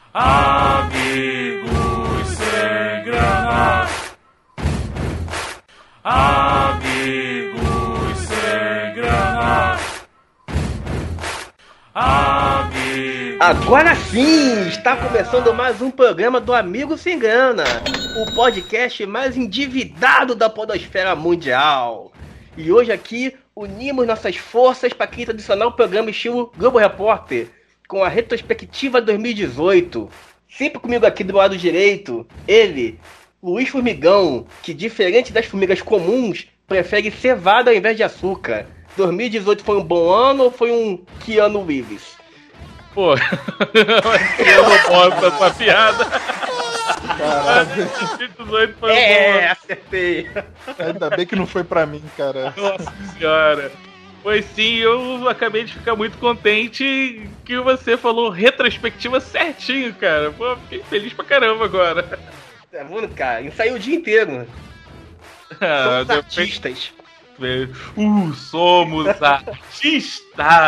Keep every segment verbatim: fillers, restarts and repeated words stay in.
Amigos sem grana. Amigos sem grana. Amigos. Agora sim, está começando mais um programa do Amigo Sem Grana, o podcast mais endividado da podosfera mundial. E hoje aqui unimos nossas forças para aquele tradicional programa estilo Globo Repórter, com a retrospectiva dois mil e dezoito. Sempre comigo aqui do lado direito, ele, Luiz Formigão, que diferente das formigas comuns, prefere cevada ao invés de açúcar. dois mil e dezoito foi um bom ano ou foi um Keanu Reeves? Pô, eu não posso essa piada. Caralho. dois mil e dezoito foi um É, bom ano. acertei. Ainda bem que não foi pra mim, cara. Nossa senhora. Pois sim, eu acabei de ficar muito contente que você falou retrospectiva certinho, cara. Pô, fiquei feliz pra caramba agora. Tá vendo, cara? Ensaiou o dia inteiro. Ah, Somos depois- artistas. Uh, somos artistas.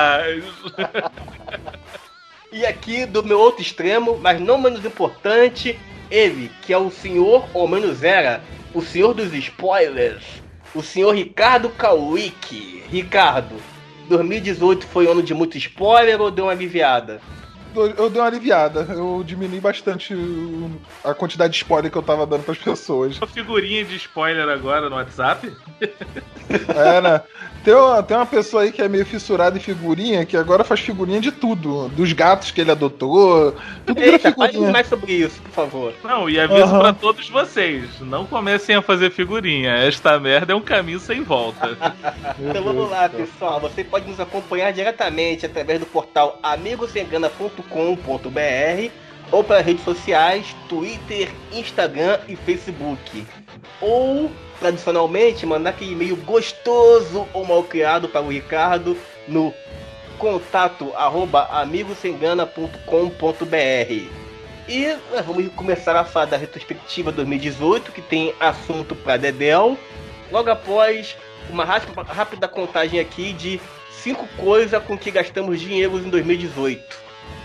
E aqui, do meu outro extremo, mas não menos importante, ele, que é o senhor, ou menos era, o senhor dos spoilers, o senhor Ricardo Kawick. Ricardo, dois mil e dezoito foi ano de muito spoiler ou deu uma aliviada? Eu dei uma aliviada. Eu diminui bastante o- a quantidade de spoiler que eu tava dando pras pessoas. Uma figurinha de spoiler agora no WhatsApp? É, né? Tem uma, tem uma pessoa aí que é meio fissurada em figurinha, que agora faz figurinha de tudo. Dos gatos que ele adotou. Tudo vira Eita, fale figurinha. mais sobre isso, por favor. Não, e aviso Aham. pra todos vocês, não comecem a fazer figurinha. Esta merda é um caminho sem volta. Meu Então Deus vamos lá, do céu. pessoal. Você pode nos acompanhar diretamente através do portal amigosengana ponto com ponto b r ou pelas redes sociais, Twitter, Instagram e Facebook. Ou, tradicionalmente, mandar aquele e-mail gostoso ou mal criado para o Ricardo no contato arroba amigosengana ponto com ponto b r. E nós vamos começar a falar da retrospectiva dois mil e dezoito, que tem assunto para Dedéu. Logo após uma rápida, rápida contagem aqui de cinco coisas com que gastamos dinheiro em dois mil e dezoito.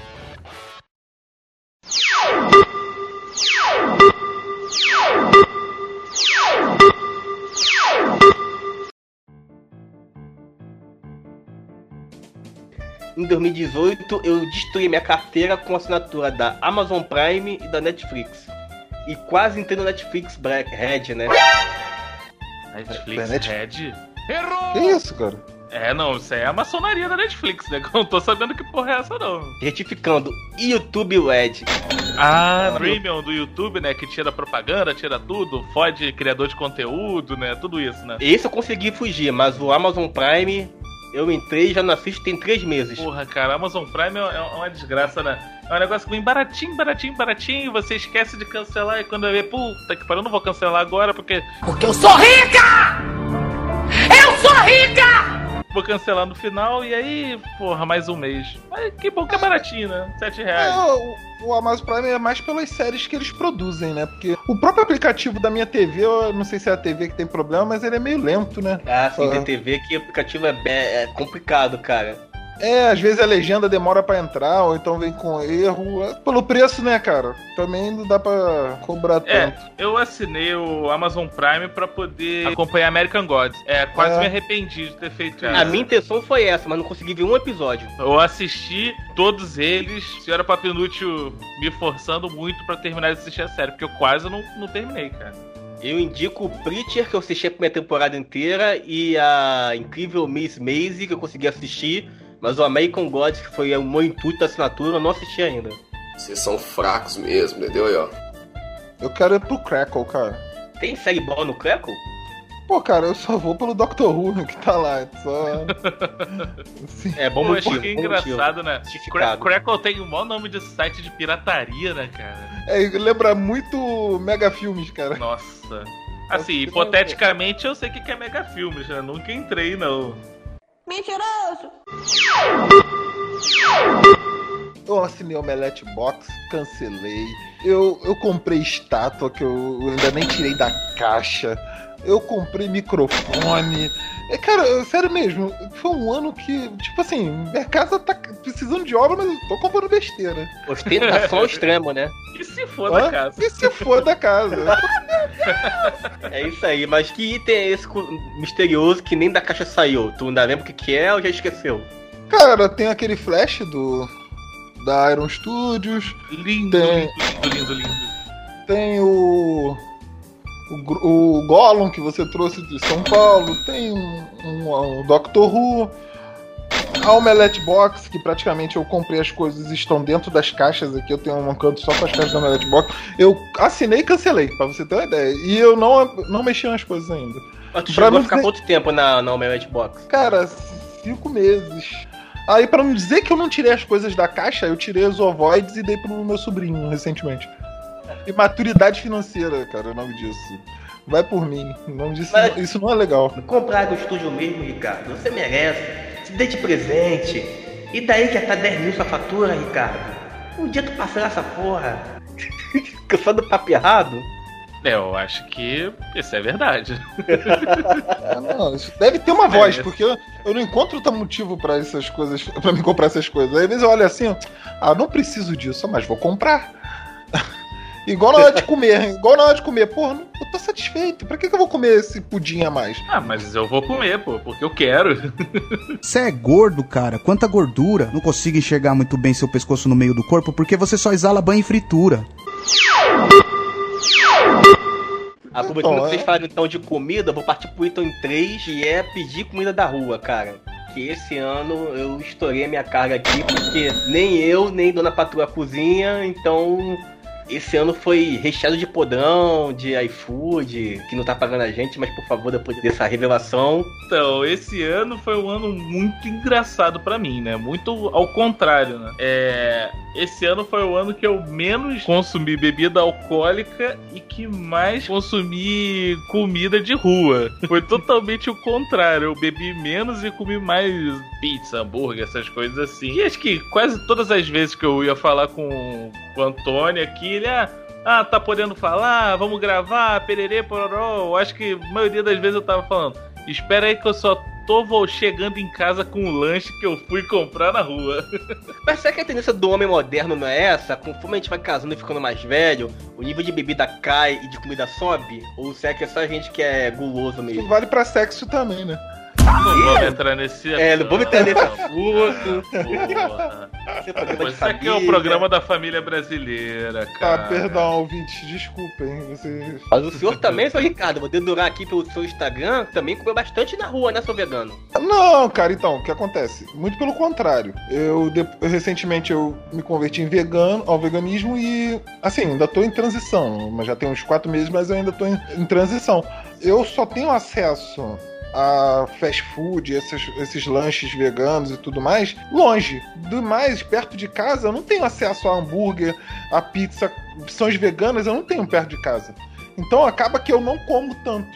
Em dois mil e dezoito, eu destruí minha carteira com assinatura da Amazon Prime e da Netflix. E quase entrei no Netflix Black Red, né? Netflix Net- Red? Que isso, cara? É, não, isso aí é a maçonaria da Netflix, né? Que eu não tô sabendo que porra é essa, não. Retificando, YouTube Red. Ah, Premium do YouTube, né? Que tira propaganda, tira tudo, fode criador de conteúdo, né? Tudo isso, né? Esse eu consegui fugir, mas o Amazon Prime, eu entrei e já não assisto tem três meses. Porra, cara, Amazon Prime é é uma desgraça, né? É um negócio que vem baratinho, baratinho, baratinho, você esquece de cancelar e quando eu ver, puta que pariu, eu não vou cancelar agora porque Porque eu sou rica! Eu sou rica! vou cancelar no final e aí, porra, mais um mês. Mas que bom que é baratinho, né? Sete reais. É, o, o Amazon Prime é mais pelas séries que eles produzem, né? Porque o próprio aplicativo da minha T V, eu não sei se é a T V que tem problema, mas ele é meio lento, né? Ah, sim, Ah. tem T V que o aplicativo é, be- é complicado, cara. É, às vezes a legenda demora pra entrar, ou então vem com erro. É pelo preço, né, cara? Também não dá pra cobrar É, tanto. eu assinei o Amazon Prime pra poder acompanhar American Gods. É, quase É. me arrependi de ter feito isso. A minha intenção foi essa, mas não consegui ver um episódio. Eu assisti todos eles, Senhora Papinútil me forçando muito pra terminar de assistir a série, porque eu quase não, não terminei, cara. Eu indico o Preacher, que eu assisti a primeira temporada inteira, e a incrível Miss Maisie, que eu consegui assistir, mas o American Gods, que foi o meu intuito da assinatura, eu não assisti ainda. Vocês são fracos mesmo, entendeu aí, ó? Eu quero ir pro Crackle, cara. Tem série boa no Crackle? Pô, cara, eu só vou pelo Doctor Who que tá lá. Só... Assim, É, bom Pô, motivo, achei bom engraçado, motivo. né? Cra Justificado. Crackle tem o maior nome de site de pirataria, né, cara? é, lembra muito Mega Filmes, cara. Nossa. Assim, hipoteticamente eu sei o que que é Mega Filmes, né? Nunca entrei, não. Mentiroso! Eu assinei o Omelette Box, cancelei. Eu, eu comprei estátua que eu ainda nem tirei da caixa. Eu comprei microfone. É, cara, sério mesmo, foi um ano que, tipo assim, minha casa tá precisando de obra, mas eu tô comprando besteira. Ostentação ao extremo, né? E se for da Hã? casa? E se for da casa? É isso aí, mas que item é esse misterioso que nem da caixa saiu? Tu ainda lembra o que que é ou já esqueceu? Cara, tem aquele flash do da Iron Studios, Lindo, Tem- lindo, lindo, lindo. tem o o, Gr- o Gollum que você trouxe de São Paulo, tem um, um, um Doctor Who, a Omelette Box, que praticamente eu comprei as coisas e estão dentro das caixas aqui, eu tenho um canto só com as caixas da Omelette Box. Eu assinei e cancelei, pra você ter uma ideia. E eu não, não mexi nas coisas ainda. Mas tu Pra chegou não a ficar dizer- quanto tempo na, na Omelette Box? Cara, cinco meses. Aí, pra não dizer que eu não tirei as coisas da caixa, eu tirei os ovoides e dei pro meu sobrinho recentemente. Imaturidade financeira, cara, é o nome disso. Vai por mim. O nome disso, Mas- isso não é legal. Comprar do estúdio mesmo, Ricardo. Você merece. Te dê de presente. E daí que já tá dez mil sua fatura, Ricardo? Um dia tu passará essa porra. Cansado do papo errado? É, eu acho que isso é verdade. Ah, não, isso deve ter uma voz, É. porque eu, eu não encontro outro motivo pra essas coisas, para me comprar essas coisas. Aí, às vezes eu olho assim, ó, ah, não preciso disso, mas vou comprar. Igual na hora de comer, igual na hora de comer, porra, não- eu tô satisfeito. Pra que, que eu vou comer esse pudim a mais? Ah, mas eu vou comer, pô, porque eu quero. Você é gordo, cara. Quanta gordura. Não consigo enxergar muito bem seu pescoço no meio do corpo porque você só exala banho e fritura. Aproveitando Então, que vocês é. falaram então de comida, eu vou partir pro item três, que é pedir comida da rua, cara. Que esse ano eu estourei a minha carga aqui, porque nem eu, nem Dona Patroa cozinha, então esse ano foi recheado de podrão, de iFood, que não tá pagando a gente, mas por favor, depois dessa revelação. Então, esse ano foi um ano muito engraçado pra mim, né? Muito ao contrário, né? É, esse ano foi o ano que eu menos consumi bebida alcoólica e que mais consumi comida de rua. Foi totalmente o contrário. Eu bebi menos e comi mais pizza, hambúrguer, essas coisas assim. E acho que quase todas as vezes que eu ia falar com, com o Antônio aqui, ele, ah, ah, tá podendo falar, vamos gravar, pererê, pororó. Eu acho que a maioria das vezes eu tava falando, espera aí que eu só tô vo- chegando em casa com o lanche que eu fui comprar na rua. Mas será que a tendência do homem moderno não é essa? Conforme a gente vai casando e ficando mais velho, o nível de bebida cai e de comida sobe? Ou será que é só a gente que é guloso Isso mesmo? vale pra sexo também, né? Não vamos entrar nesse... É, não vamos entrar nesse assunto. Porra. Esse é programa de Isso aqui é o família. programa da família brasileira, Tá, cara. perdão, ouvintes, desculpem. Você... Mas o senhor também, seu Ricardo, vou dedurar aqui pelo seu Instagram, também comeu bastante na rua, né, seu vegano? Não, cara, então, o que acontece? Muito pelo contrário. Eu, de- eu, recentemente eu me converti em vegano, ao veganismo e, assim, ainda tô em transição. Mas já tem uns quatro meses, mas eu ainda tô em, em transição. Eu só tenho acesso a fast food, esses, esses lanches veganos e tudo mais, longe. Do mais, perto de casa, eu não tenho acesso a hambúrguer, a pizza, opções veganas eu não tenho perto de casa. Então acaba que eu não como tanto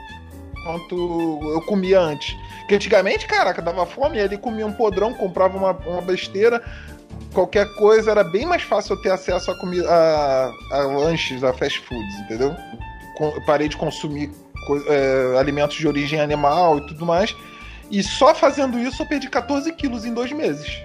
quanto eu comia antes. Porque antigamente, caraca, dava fome, ali comia um podrão, comprava uma, uma besteira, qualquer coisa, era bem mais fácil eu ter acesso a, comida, a, a lanches, a fast foods, entendeu? Com- eu parei de consumir co- é, alimentos de origem animal e tudo mais. E só fazendo isso eu perdi quatorze quilos em dois meses.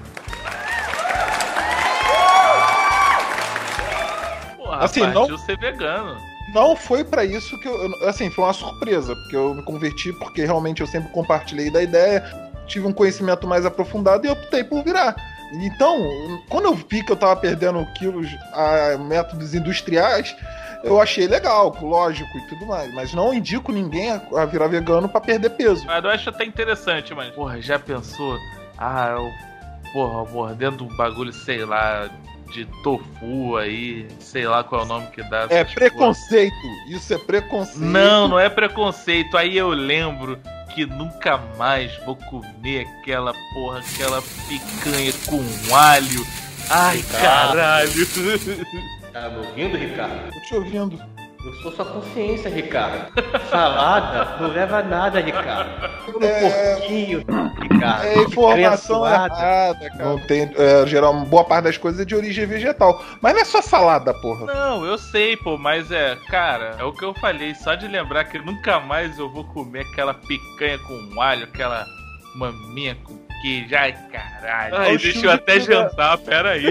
Porra, Assim, partiu não- ser vegano. Não foi pra isso que eu. Assim, foi uma surpresa, porque eu me converti porque realmente eu sempre compartilhei da ideia, tive um conhecimento mais aprofundado e optei por virar. Então, quando eu vi que eu tava perdendo quilos a métodos industriais, eu achei legal, lógico e tudo mais. Mas não indico ninguém a, a virar vegano pra perder peso. Mas eu acho até interessante, mas... Porra, já pensou? Ah, eu... Porra, mordendo um bagulho, sei lá, de tofu aí, sei lá qual é o nome que dá. É essas preconceito. Isso é preconceito. Não, não é preconceito. Aí eu lembro que nunca mais vou comer aquela porra, aquela picanha com alho. Ai, Ricardo. caralho. Tá me ouvindo, Ricardo? Tô te ouvindo. Eu sou sua consciência, Ricardo. Salada não leva a nada, Ricardo. Um É- porquinho, Ricardo. É informação Criançada. errada, cara. Não tem, é, geral, boa parte das coisas é de origem vegetal. Mas não é só salada, porra. Não, eu sei, pô, mas é, cara, é o que eu falei, só de lembrar que nunca mais eu vou comer aquela picanha com alho, aquela maminha com queijo, ai caralho. Ai, Ai, deixa deixa eu eu até tirar. jantar, pera aí.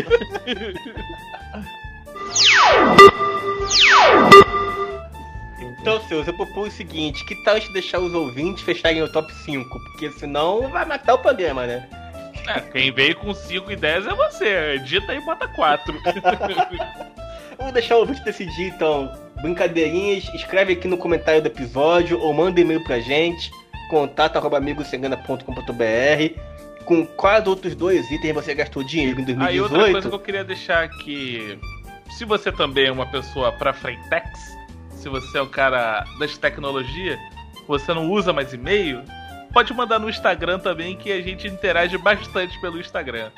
Então, seus, eu propus o seguinte: que tal a gente deixar os ouvintes fecharem o top cinco? Porque senão vai matar o programa, né? É, quem veio com cinco e dez é você, edita e bota quatro. Vamos deixar o ouvinte decidir, então. Brincadeirinhas, escreve aqui no comentário do episódio ou manda e-mail pra gente, contato arroba amigosengana ponto com ponto br. Com quais outros dois itens você gastou dinheiro em dois mil e Aí outra dezoito? coisa que eu queria deixar aqui, se você também é uma pessoa pra frentex, se você é um cara das tecnologias, você não usa mais e-mail, pode mandar no Instagram também, que a gente interage bastante pelo Instagram.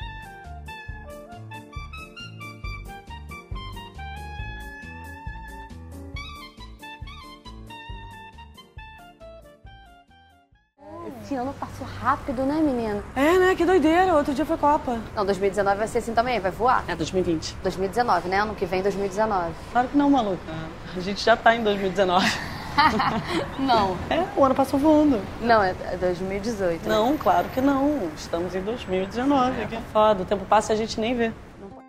Esse ano passou rápido, né, menino? É, né? Que doideira. Outro dia foi Copa. Não, dois mil e dezenove vai ser assim também, vai voar. É, dois mil e vinte. dois mil e dezenove, né? Ano que vem, dois mil e dezenove. Claro que não, maluca. A gente já tá em dois mil e dezenove. Não. É, o ano passou voando. Não, é dois mil e dezoito. né? Não, claro que não. Estamos em dois mil e dezenove. É. Foda, o tempo passa e a gente nem vê.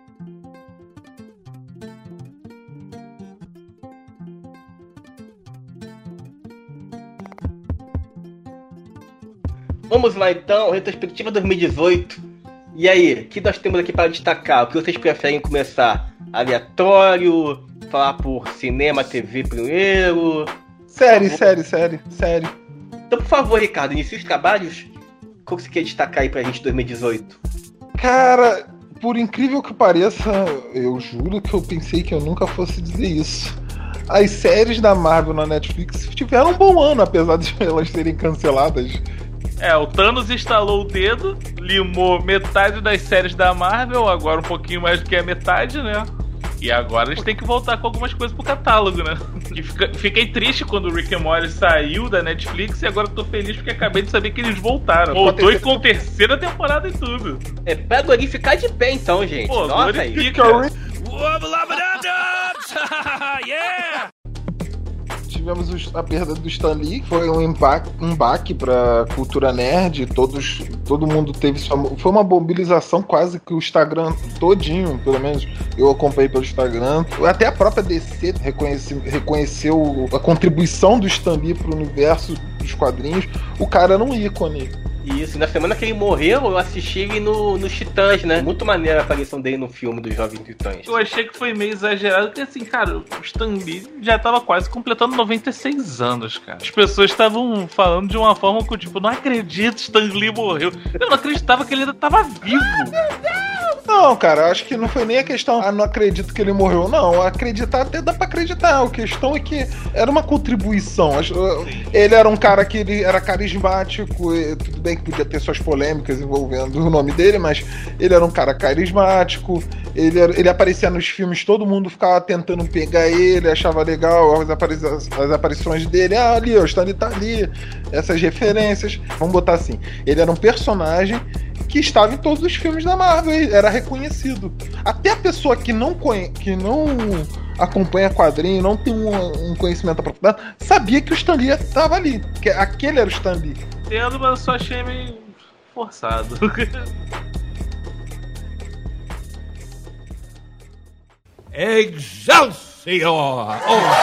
Vamos lá então, retrospectiva dois mil e dezoito. E aí, o que nós temos aqui para destacar? O que vocês preferem começar? Aleatório? Falar por cinema, T V primeiro? Série, série, série, série. Então, por favor, Ricardo, inicie os trabalhos. Qual que você quer destacar aí pra gente em dois mil e dezoito? Cara, por incrível que pareça, eu juro que eu pensei que eu nunca fosse dizer isso. As séries da Marvel na Netflix tiveram um bom ano, apesar de elas serem canceladas. É, o Thanos instalou o dedo, limou metade das séries da Marvel, agora um pouquinho mais do que a metade, né? E agora eles têm que voltar com algumas coisas pro catálogo, né? E fica, fiquei triste quando o Rick and Morty saiu da Netflix e agora tô feliz porque acabei de saber que eles voltaram. Voltou e com terceira temporada e tudo. É, pra Gori ficar de pé então, gente. Pô, Nossa, aí. glorifica. Tivemos os- a perda do Stan Lee, foi um embaque, um baque pra cultura nerd, todos, todo mundo teve sua... Foi uma mobilização quase que o Instagram todinho, pelo menos eu acompanhei pelo Instagram. Até a própria D C reconhece, reconheceu a contribuição do Stan Lee pro universo dos quadrinhos. O cara era um ícone. Isso, na semana que ele morreu, eu assisti ele no, no Titãs, né? Muito maneira a aparição dele no filme dos Jovens Titãs. Eu achei que foi meio exagerado, porque assim, cara, o Stan Lee já tava quase completando noventa e seis anos, cara. As pessoas estavam falando de uma forma que eu, tipo, não acredito, Stan Lee morreu. Eu não acreditava que ele ainda tava vivo. Não, cara, acho que não foi nem a questão, ah, não acredito que ele morreu. Não, acreditar até dá pra acreditar. A questão é que era uma contribuição. Acho- Ele era um cara que ele era carismático, e tudo bem que podia ter suas polêmicas envolvendo o nome dele, mas ele era um cara carismático, ele, era- ele aparecia nos filmes, todo mundo ficava tentando pegar ele, achava legal as, apari- as aparições dele. Ah, ali, ó, o Stanley tá ali, essas referências. Vamos botar assim, ele era um personagem que estava em todos os filmes da Marvel, e era reconhecido. Até a pessoa que não, conhe... que não acompanha quadrinho, não tem um, um conhecimento aprofundado, sabia que o Stan Lee estava ali, que aquele era o Stan Lee. Entendo, mas eu só achei meio forçado. Excelsior!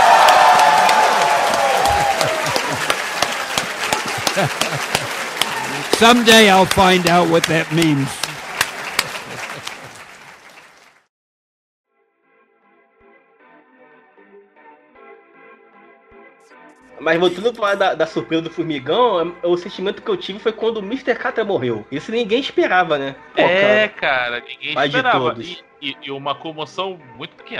Someday I'll find out what that means. Mas voltando pra falar da, da surpresa do Formigão, o sentimento que eu tive foi quando o mister Catra morreu. Isso ninguém esperava, né? Pô, É, cara, ninguém pai de esperava. todos. E, e- e uma comoção muito pequena.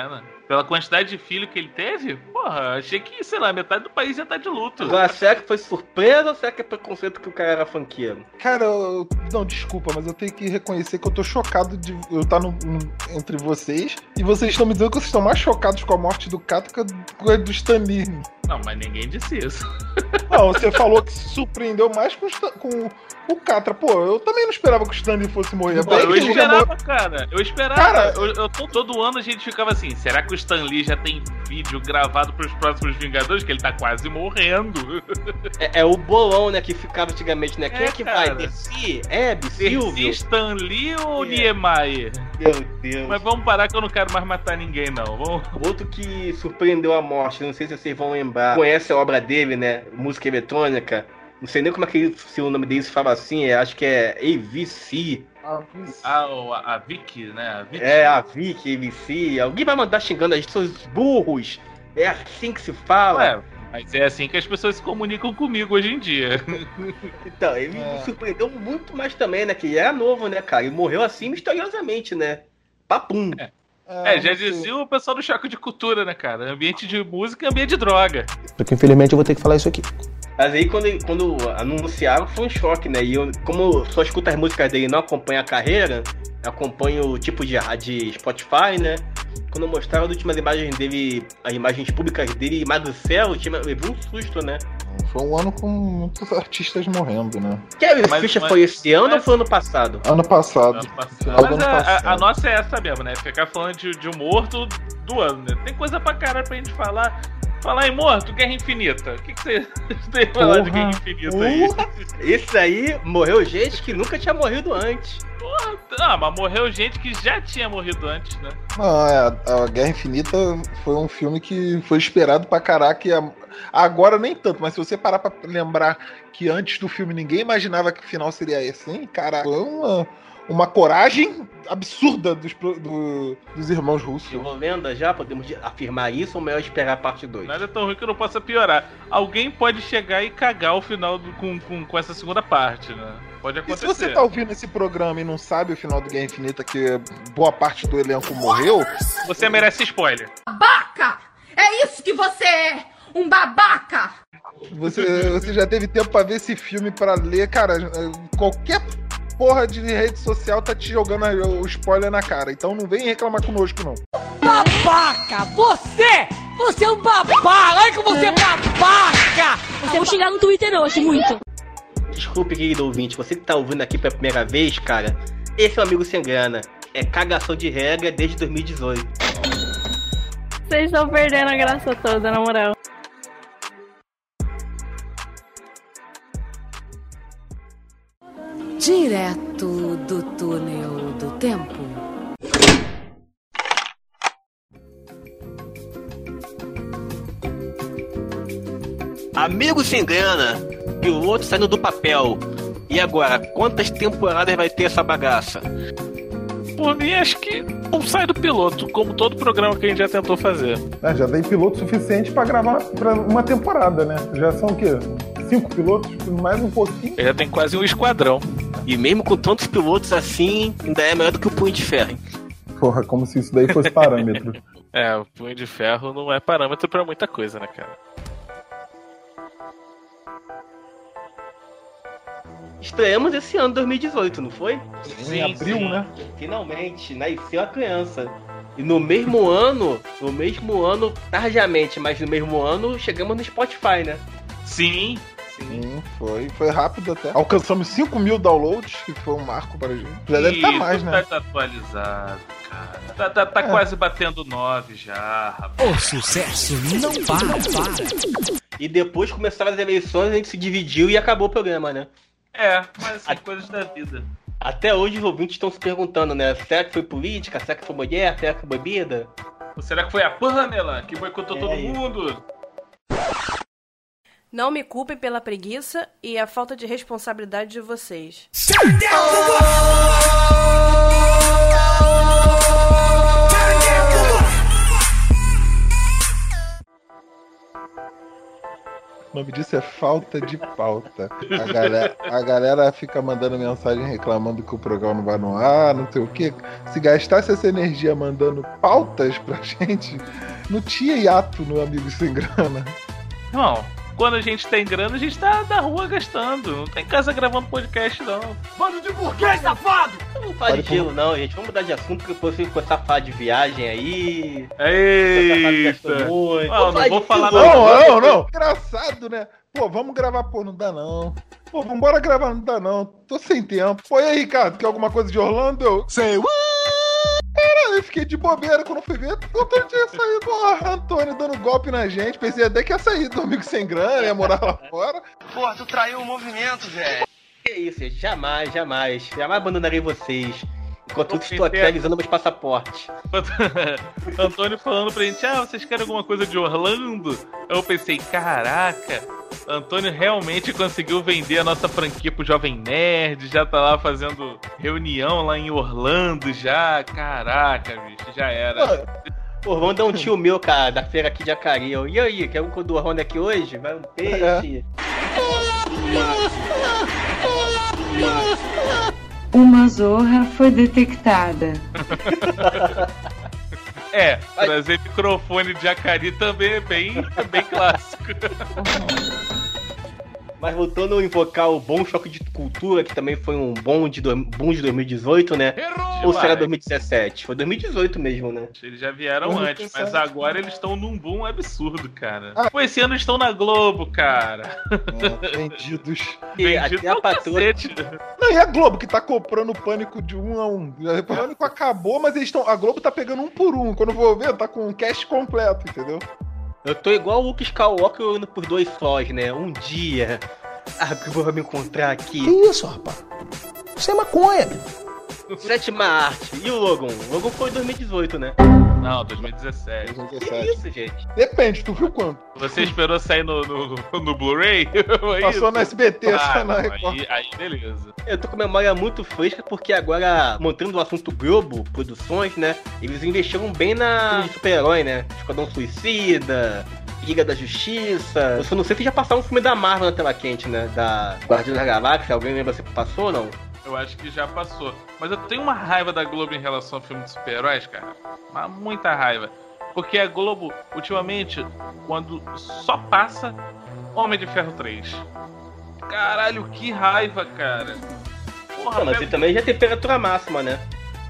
Pela quantidade de filho que ele teve, porra, achei que, sei lá, metade do país já tá de luto. Agora, será que foi surpresa ou será que é preconceito que o cara era funkeiro? Cara, eu, não, desculpa, mas eu tenho que reconhecer que eu tô chocado de eu estar no, no, entre vocês e vocês estão me dizendo que vocês estão mais chocados com a morte do Cato que com a do Stan Lee. Não, mas ninguém disse isso. Não, você falou que se surpreendeu mais com, com o Catra. Pô, eu também não esperava que o Stan Lee fosse morrer. Pô, eu esperava, cara. Eu esperava. Cara, eu, eu tô, todo ano a gente ficava assim, será que o Stan Lee já tem vídeo gravado pros próximos Vingadores? Que ele tá quase morrendo. É, é o bolão, né, que ficava antigamente, né? Quem é, é que cara. vai? Dercy? Hebe? Silvio? Dercy, Stan Lee ou É. Niemeyer? Meu Deus. Mas vamos parar que eu não quero mais matar ninguém, não. Vamos... Outro que surpreendeu a morte, não sei se vocês vão lembrar, conhece a obra dele, né? Música eletrônica. Não sei nem como é que se o nome dele se fala assim, é, acho que é A V C. Ah, o- a, a Vicky, né? A Vicky. É, a Vicky, A V C. Alguém vai mandar xingando a gente, seus burros. É assim que se fala. Ué, mas é assim que as pessoas se comunicam comigo hoje em dia. Então, ele É. me surpreendeu muito mais também, né? Que ele era novo, né, cara? E morreu assim misteriosamente, né? Papum. É. É, já não sei. dizia o pessoal do Choque de Cultura, né, cara? Ambiente de música e ambiente de droga. Só que infelizmente eu vou ter que falar isso aqui. Mas aí quando, quando anunciaram foi um choque, né? E eu, como eu só escuto as músicas dele e não acompanho a carreira, acompanho o tipo de, de Spotify, né? Quando mostraram as últimas imagens dele, as imagens públicas dele emagricelo, eu tive- levei um susto, né? Foi um ano com muitos artistas morrendo, né? Kevin Mas- Fischer mas- foi esse ano mas- ou foi ano passado? Ano passado. Ano passado. Final do Mas ano a, passado. a- a nossa é essa mesmo, né? Ficar falando de, de um morto do ano, né? Tem coisa pra caralho pra gente falar. Falar em morto, Guerra Infinita. O que, que você tem pra falar de Porra. Guerra Infinita aí? Esse aí morreu gente que nunca tinha morrido antes. Ah, mas morreu gente que já tinha morrido antes, né? Não, é, a Guerra Infinita foi um filme que foi esperado pra caraca. E a- agora nem tanto, mas se você parar pra lembrar que antes do filme ninguém imaginava que o final seria assim, caraca, foi uma, uma coragem absurda dos, pro- do- dos irmãos russos. Chegou lenda já? Podemos di- afirmar isso ou melhor esperar a parte dois? Nada é tão ruim que não possa piorar. Alguém pode chegar e cagar o final do- com, com, com essa segunda parte, né? Pode E se acontecer. você tá ouvindo esse programa e não sabe o final do Guerra Infinita, que boa parte do elenco morreu, Você merece spoiler. Babaca! É isso que você é! Um babaca! você, você já teve tempo pra ver esse filme pra ler, cara. Qualquer porra de rede social tá te jogando o spoiler na cara. Então não vem reclamar conosco, não. Babaca! Você! Você é um babaca! Olha como você é babaca! Eu vou chegar no Twitter hoje, muito. Desculpe, querido ouvinte, você que tá ouvindo aqui pela primeira vez, cara, esse é o Amigo Sem Grana. É cagação de regra desde dois mil e dezoito. Vocês estão perdendo a graça toda, na moral. Direto do túnel do tempo. Amigo Sem Grana, piloto saindo do papel. E agora, quantas temporadas vai ter essa bagaça? Por mim, acho que não sai do piloto, como todo programa que a gente já tentou fazer. É, já tem piloto suficiente pra gravar pra uma temporada, né? Já são o quê? Cinco pilotos? Mais um pouquinho? Já tem quase um esquadrão. E mesmo com tantos pilotos assim, ainda é melhor do que o Punho de Ferro, hein? Porra, como se isso daí fosse parâmetro. É, o Punho de Ferro não é parâmetro pra muita coisa, né, cara? Estreamos esse ano, dois mil e dezoito, não foi? Em abril, né? Finalmente, nasceu a criança. E no mesmo ano, no mesmo ano, tardiamente, mas no mesmo ano, chegamos no Spotify, né? Sim, Sim, foi, foi rápido até. Alcançamos cinco mil downloads, que foi um marco para a gente. Já deve estar mais, né? Tá atualizado, cara. Tá, tá, tá É. quase batendo nove já, rapaz. O sucesso não para, para. E depois começaram as eleições, a gente se dividiu e acabou o programa, né? É, mas assim, coisas da vida. Até hoje os ouvintes estão se perguntando, né? Será que foi política? Será que foi mulher? Será que foi bebida? Ou será que foi a Pamela que boicotou É todo isso. mundo? Não me culpem pela preguiça e a falta de responsabilidade de vocês. nome disso é falta de pauta. A galera, a galera fica mandando mensagem reclamando que o programa não vai no ar, não sei o quê. Se gastasse essa energia mandando pautas pra gente, não tinha hiato no Amigos Sem Grana. Não, quando a gente tem grana, a gente tá na rua gastando. Não tem casa gravando podcast, não. Bando de burguês, safado! Não faz de gelo, não, gente. Vamos mudar de assunto, porque depois você começar a falar de viagem aí. Eita! Não, não vou falar não. Não, não, não. Engraçado, né? Pô, vamos gravar, pô, não dá não. Pô, vambora gravar, não dá não. Tô sem tempo. Pô, e aí, Ricardo, quer alguma coisa de Orlando? Eu sei. Cara, eu fiquei de bobeira quando fui ver. O Antônio tinha saído, ó, Antônio dando golpe na gente. Pensei até que ia sair do Amigo Sem Grana, ia morar lá fora. Pô, tu traiu o movimento, velho. Que isso, gente. Jamais, jamais. Jamais abandonarei vocês. Enquanto eu estou atualizando meus passaportes. Antônio falando pra gente, ah, vocês querem alguma coisa de Orlando? Eu pensei, caraca, Antônio realmente conseguiu vender a nossa franquia pro Jovem Nerd, já tá lá fazendo reunião lá em Orlando já, caraca, bicho, já era. Pô, vamos dar um tio meu, cara, da feira aqui de Acari. Eu, e aí, quer um do Orlando aqui hoje? Vai um peixe. Uma zorra foi detectada. É, trazer microfone de Acari também é bem, é bem clássico. Mas voltando a invocar o bom choque de cultura, que também foi um bom de, do... bom de dois mil e dezoito, né? Errou! Ou será dois mil e dezessete? Foi dois mil e dezoito mesmo, né? Eles já vieram antes, mas agora eles estão num boom absurdo, cara. Ah. Pô, esse ano eles estão na Globo, cara. É, vendidos. Vendidos a patroa... Não, e a Globo, que tá comprando o Pânico de um a um. O Pânico acabou, mas eles estão. A Globo tá pegando um por um. Quando eu vou ver, tá com um cast completo, entendeu? Eu tô igual o Luke Skywalker indo por dois sós, né? Um dia a Globo vai me encontrar aqui. Que isso, rapaz? Isso é maconha, meu. Sétima arte. E o Logan? O Logan foi em dois mil e dezoito, né? Não, dois mil e dezessete. dois mil e dezessete. Que isso, gente? Depende, tu viu quanto? Você esperou sair no, no, no Blu-ray? Passou no S B T, ah, só na aí, aí beleza. Eu tô com a memória muito fresca porque agora, montando o assunto Globo Produções, né? Eles investiram bem na de super-herói, né? Esquadrão Suicida, Liga da Justiça. Eu só não sei se já passaram um filme da Marvel na tela quente, né? Da Guardiões da Galáxia. Alguém lembra se passou ou não? Eu acho que já passou. Mas eu tenho uma raiva da Globo em relação ao filme de super-heróis, cara. Mas muita raiva. Porque a Globo, ultimamente, quando só passa Homem de Ferro três. Caralho, que raiva, cara. Porra, não, mas ele também já tem temperatura máxima, né?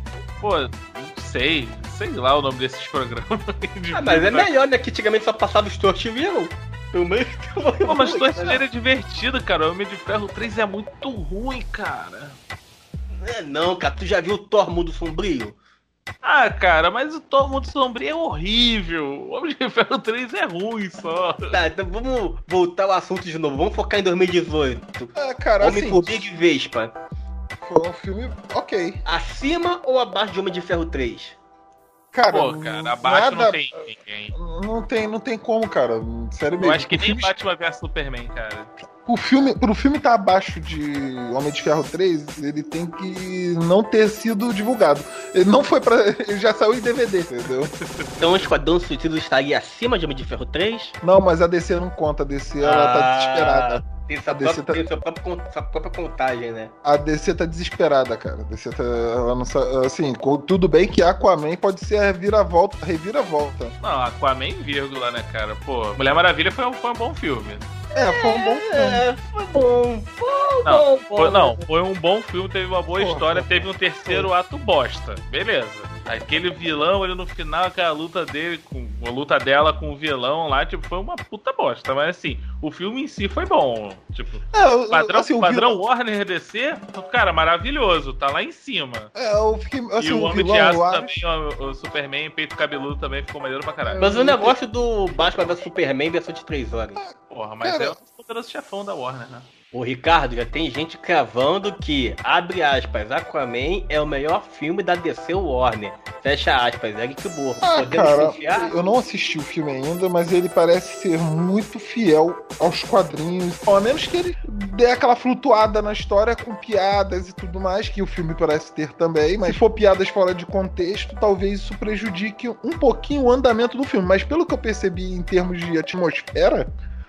Pô, não sei. Sei lá o nome desses programas. Ah, mas é melhor, né? Que antigamente só passava os Torchviram. Pelo menos Pô, mas Torchviram é divertido, cara. O Homem de Ferro três é muito ruim, cara. Não é não, cara. Tu já viu o Thor Mundo Sombrio? Ah, cara, mas o Thor Mundo Sombrio é horrível. O Homem de Ferro três é ruim só. Tá, então vamos voltar ao assunto de novo. Vamos focar em dois mil e dezoito. É, cara, Homem assim, Formiga e Vespa. Foi um filme ok. Acima ou abaixo de Homem de Ferro três? Cara, Pô, cara, abaixo nada, não tem ninguém. Não tem, não tem como, cara. Sério mesmo. Eu acho que o nem filme... Batman versus Superman, cara. O filme, pro filme tá abaixo de Homem de Ferro três, ele tem que não ter sido divulgado. Ele não foi pra... Ele já saiu em D V D, entendeu? Então o Esquadrão Suicida estaria acima de Homem de Ferro três? Não, mas a D C não conta. A D C, ela ah... tá desesperada. Tem sua, própria, tá... tem sua, própria, sua própria contagem, né? A D C tá desesperada, cara. A D C tá. Ela não sabe, assim, tudo bem que Aquaman pode ser a reviravolta. reviravolta. Não, Aquaman, vírgula, né, cara? Pô, Mulher Maravilha foi um, foi um bom filme. É, foi um bom filme. É, foi bom. Foi não, bom, foi, bom. Não, foi um bom filme, teve uma boa Porra, história, teve um terceiro porra. ato bosta. Beleza. Aquele vilão, ele no final, aquela luta dele, com a luta dela com o vilão lá, tipo, foi uma puta bosta. Mas assim, o filme em si foi bom. Tipo, é, padrão, assim, padrão vilão... Warner D C, cara, maravilhoso, tá lá em cima. É, eu fiquei, assim, e o, o Homem vilão, de Aço acho... também, o, o Superman, peito cabeludo também ficou maneiro pra caralho. Mas o negócio do Batman versus Superman versão de três horas. Porra, mas cara... é o poderoso chefão da Warner, né? Ô Ricardo, já tem gente cravando que, abre aspas, Aquaman é o melhor filme da D C Warner. Fecha aspas, Eric Burro. Ah, cara, eu não assisti o filme ainda, mas ele parece ser muito fiel aos quadrinhos. A menos que ele dê aquela flutuada na história com piadas e tudo mais, que o filme parece ter também, mas se for piadas fora de contexto, talvez isso prejudique um pouquinho o andamento do filme. Mas pelo que eu percebi em termos de atmosfera,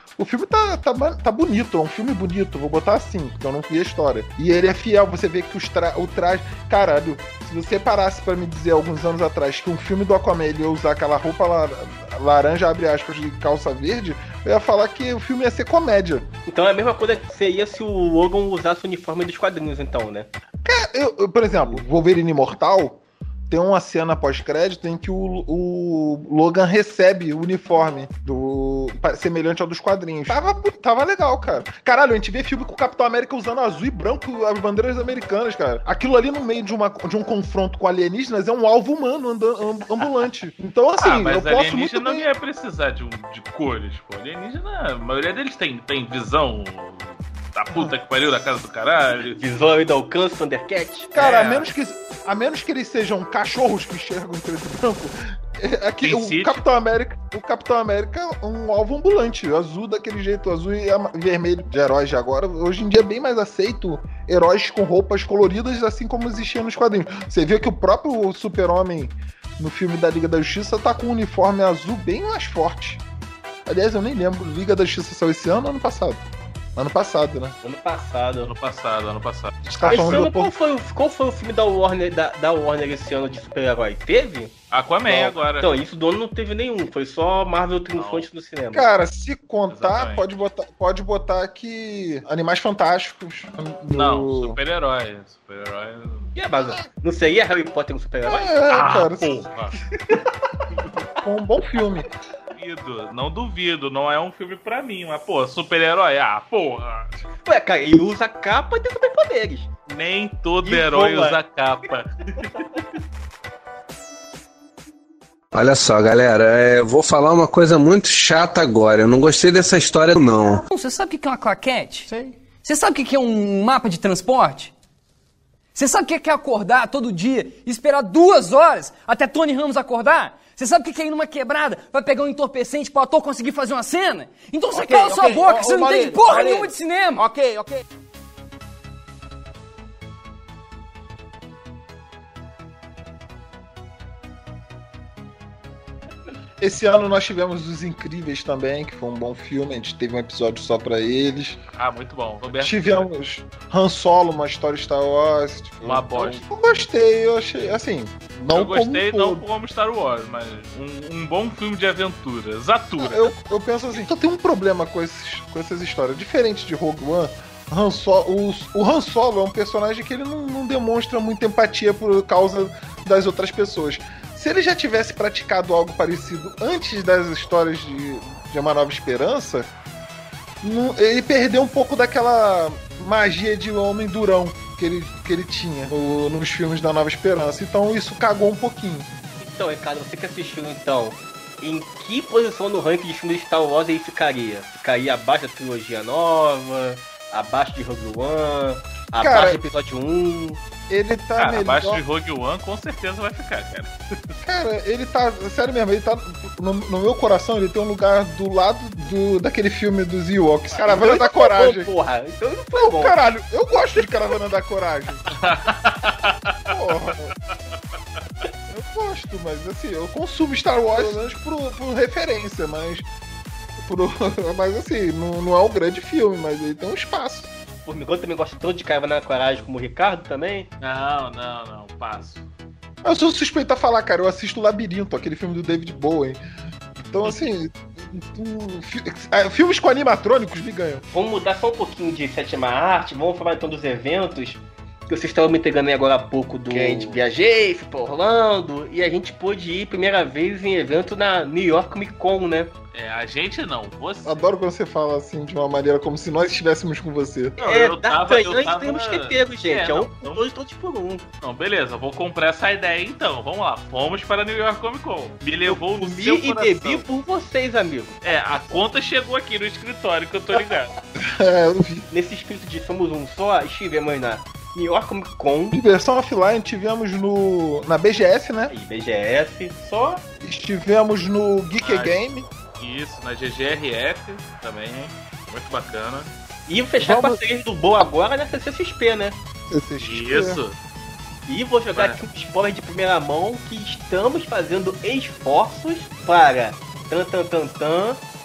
O filme tá, tá, tá bonito, é um filme bonito, vou botar assim, porque eu não vi a história. E ele é fiel, você vê que os tra o traje... Caralho, se você parasse pra me dizer alguns anos atrás que um filme do Aquaman ele ia usar aquela roupa lar laranja, abre aspas, de calça verde, eu ia falar que o filme ia ser comédia. Então é a mesma coisa que seria se o Logan usasse o uniforme dos quadrinhos, então, né? Cara, eu, eu, por exemplo, Wolverine Imortal... Tem uma cena pós-crédito em que o, o Logan recebe o uniforme do semelhante ao dos quadrinhos. Tava, tava legal, cara. Caralho, a gente vê filme com o Capitão América usando azul e branco as bandeiras americanas, cara. Aquilo ali no meio de, uma, de um confronto com alienígenas é um alvo humano andando, ambulante. Então, assim, ah, mas eu posso muito alienígena bem... não ia precisar de, um, de cores, pô. Alienígena, a maioria deles tem, tem visão... Da puta que pariu, da casa do caralho. Visão aí do alcance, Thundercat. Cara, é. a, menos que, a menos que eles sejam cachorros que enxergam em preto e branco, é, aqui, o, Capitão América, o Capitão América é um alvo ambulante, azul daquele jeito, azul e vermelho de heróis de agora. Hoje em dia é bem mais aceito heróis com roupas coloridas, assim como existia nos quadrinhos. Você vê que o próprio Super-Homem no filme da Liga da Justiça tá com um uniforme azul bem mais forte. Aliás, eu nem lembro, Liga da Justiça saiu esse ano ou ano passado? Ano passado, né? Ano passado. Ano passado, ano passado. Esse ano, qual, foi, qual foi o filme da Warner, da, da Warner esse ano de super-herói? Teve? Aquaman não. agora. Então, isso do ano não teve nenhum. Foi só Marvel triunfante no cinema. Cara, se contar, pode botar, pode botar que Animais Fantásticos. Do... Não, super-herói. Super-herói. E a base? Não seria Harry Potter um super-herói? É, ah, cara. Porra. Foi um bom filme. Duvido, não duvido, não é um filme pra mim, mas, pô, super-herói, ah, porra. Ué, cara, ele usa capa e tem superpoderes. Nem todo e herói boa. usa capa. Olha só, galera, eu vou falar uma coisa muito chata agora. Eu não gostei dessa história, não. Você sabe o que é uma claquete? Sei. Você sabe o que é um mapa de transporte? Você sabe o que é acordar todo dia e esperar duas horas até Tony Ramos acordar? Você sabe o que é ir numa quebrada pra pegar um entorpecente pro ator conseguir fazer uma cena? Então você okay, cala okay. sua boca, oh, você oh, não Marido, entende porra Marido. nenhuma de cinema! Ok, ok. Esse ano nós tivemos Os Incríveis também, que foi um bom filme, a gente teve um episódio só pra eles. Ah, muito bom. Roberto tivemos Han Solo, uma história Star Wars. Uma bosta. Eu gostei, eu achei, assim, não eu gostei, como não como Star Wars, mas um, um bom filme de aventura. Zatura. Eu, eu penso assim, só tem um problema com, esses, com essas histórias. Diferente de Rogue One, Han Solo, o, o Han Solo é um personagem que ele não, não demonstra muita empatia por causa das outras pessoas. Se ele já tivesse praticado algo parecido antes das histórias de, de Uma Nova Esperança, não, ele perdeu um pouco daquela magia de homem durão que ele, que ele tinha no, nos filmes da Nova Esperança. Então isso cagou um pouquinho. Então, Ricardo, você que assistiu, então, em que posição no ranking de filmes de Star Wars ele ficaria? Ficaria abaixo da trilogia nova, abaixo de Rogue One, abaixo Cara, do episódio um... Ele tá cara, melhor... abaixo de Rogue One com certeza vai ficar, cara. Cara, ele tá... Sério mesmo, ele tá... No, no meu coração, ele tem um lugar do lado do, daquele filme dos Ewoks. Caravana da Coragem. Bom, porra. Então não foi bom. Caralho, eu gosto de Caravana da Coragem. Porra. Eu gosto, mas assim, eu consumo Star Wars pelo menos por, por referência, mas... Por, mas assim, não, não é um grande filme, mas ele tem um espaço. O Migão também gosta tanto de Caravana da Coragem como o Ricardo também? Não, não, não, passo. Eu sou suspeito a falar, cara, eu assisto Labirinto, aquele filme do David Bowie. Então, assim, filmes com animatrônicos me ganham. Vamos mudar só um pouquinho de sétima arte, vamos falar então dos eventos que vocês estavam me entregando aí agora há pouco do... Que a gente viajei, fui pra Orlando, e a gente pôde ir primeira vez em evento na New York Comic Con, né? É, a gente não, você. Adoro quando você fala assim, de uma maneira como se nós estivéssemos com você. Não, é, eu tava, eu tava... temos que ter, gente. É, é um não, dois, todos por um. Não, beleza, vou comprar essa ideia então. Vamos lá, fomos para a New York Comic Con. Me levou no Comi seu e coração. bebi por vocês, amigo. É, a conta chegou aqui no escritório, que eu tô ligado. É, eu vi. Nesse espírito de somos um só, estivemos na New York Comic Con. Em versão offline, tivemos no na B G S, né? E B G S, só. Estivemos no Geek Mas... Game. Isso, na G G R F também, muito bacana. E fechar Vamos... parceria do Boa agora na C C X P, né? C C X P. Isso. E vou jogar Vai. aqui um spoiler de primeira mão que estamos fazendo esforços para tan tan tan tan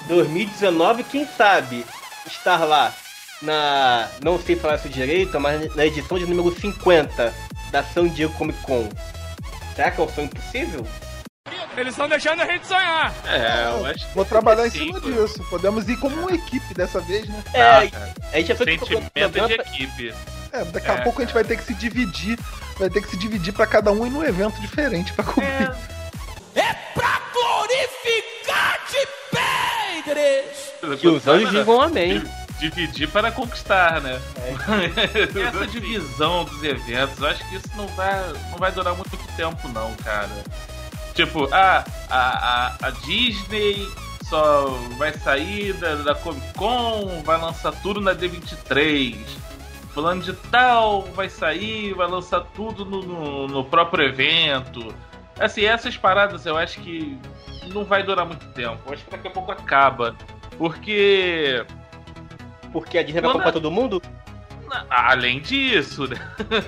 dois mil e dezenove, quem sabe estar lá na, não sei falar isso direito, mas na edição de número cinquenta da San Diego Comic Con. Será que é um sonho impossível? Eles estão deixando a gente sonhar. É, eu acho que Vou trabalhar em sim, cima pô. disso. Podemos ir como uma equipe dessa vez, né? É, Ah, a gente já foi sentimento de equipe. É, daqui a É, pouco a gente vai ter que se dividir. Vai ter que se dividir pra cada um ir num evento diferente pra cobrir. É pra glorificar de Pedres! Que os anjos digam amém. Dividir para conquistar, né? É. Essa divisão dos eventos, eu acho que isso não vai, não vai durar muito tempo, não, cara. Tipo, ah, a, a, a Disney só vai sair da, da Comic Con, vai lançar tudo na D vinte e três. Fulano de tal vai sair, vai lançar tudo no, no, no próprio evento. Assim, essas paradas eu acho que não vai durar muito tempo. Eu acho que daqui a pouco acaba. Porque... Porque a Disney vai comprar todo mundo? Além disso, né?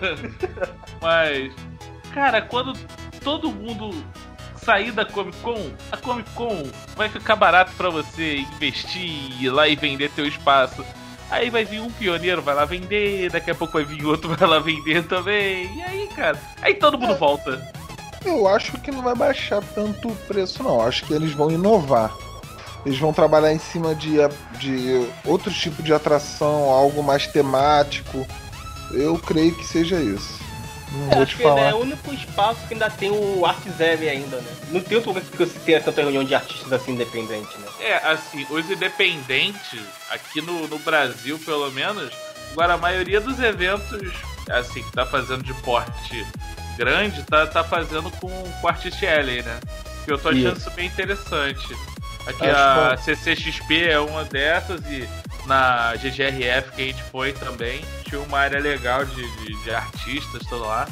Mas, cara, quando todo mundo sair da Comic Con, a Comic Con vai ficar barato pra você investir, ir lá e vender teu espaço. Aí vai vir um pioneiro, vai lá vender, daqui a pouco vai vir outro, vai lá vender também. E aí, cara, aí todo mundo É. volta. Eu acho que não vai baixar tanto o preço, não. Acho que eles vão inovar. Eles vão trabalhar em cima de, de outro tipo de atração, algo mais temático. Eu creio que seja isso. Não É, vou acho te que falar. é o único espaço que ainda tem o ArtZev ainda, né? Não tem outro lugar que você tenha tanta reunião de artistas assim independente, né? É, assim, os independentes, aqui no, no Brasil, pelo menos, agora a maioria dos eventos, assim, que tá fazendo de porte grande, tá, tá fazendo com, com Artist Alley, né? Que eu tô achando Isso. isso bem interessante. Aqui Acho a bom. C C X P é uma dessas e na G G R F que a gente foi também, tinha uma área legal de, de, de artistas, tudo lá.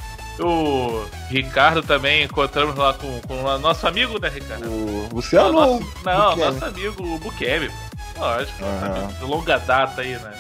O Ricardo também, encontramos lá com, com o nosso amigo, né, Ricardo? O Luciano Não, ou nosso, não Bukemi? nosso amigo, o Bukemi. Lógico, nosso Aham. amigo de longa data aí, né?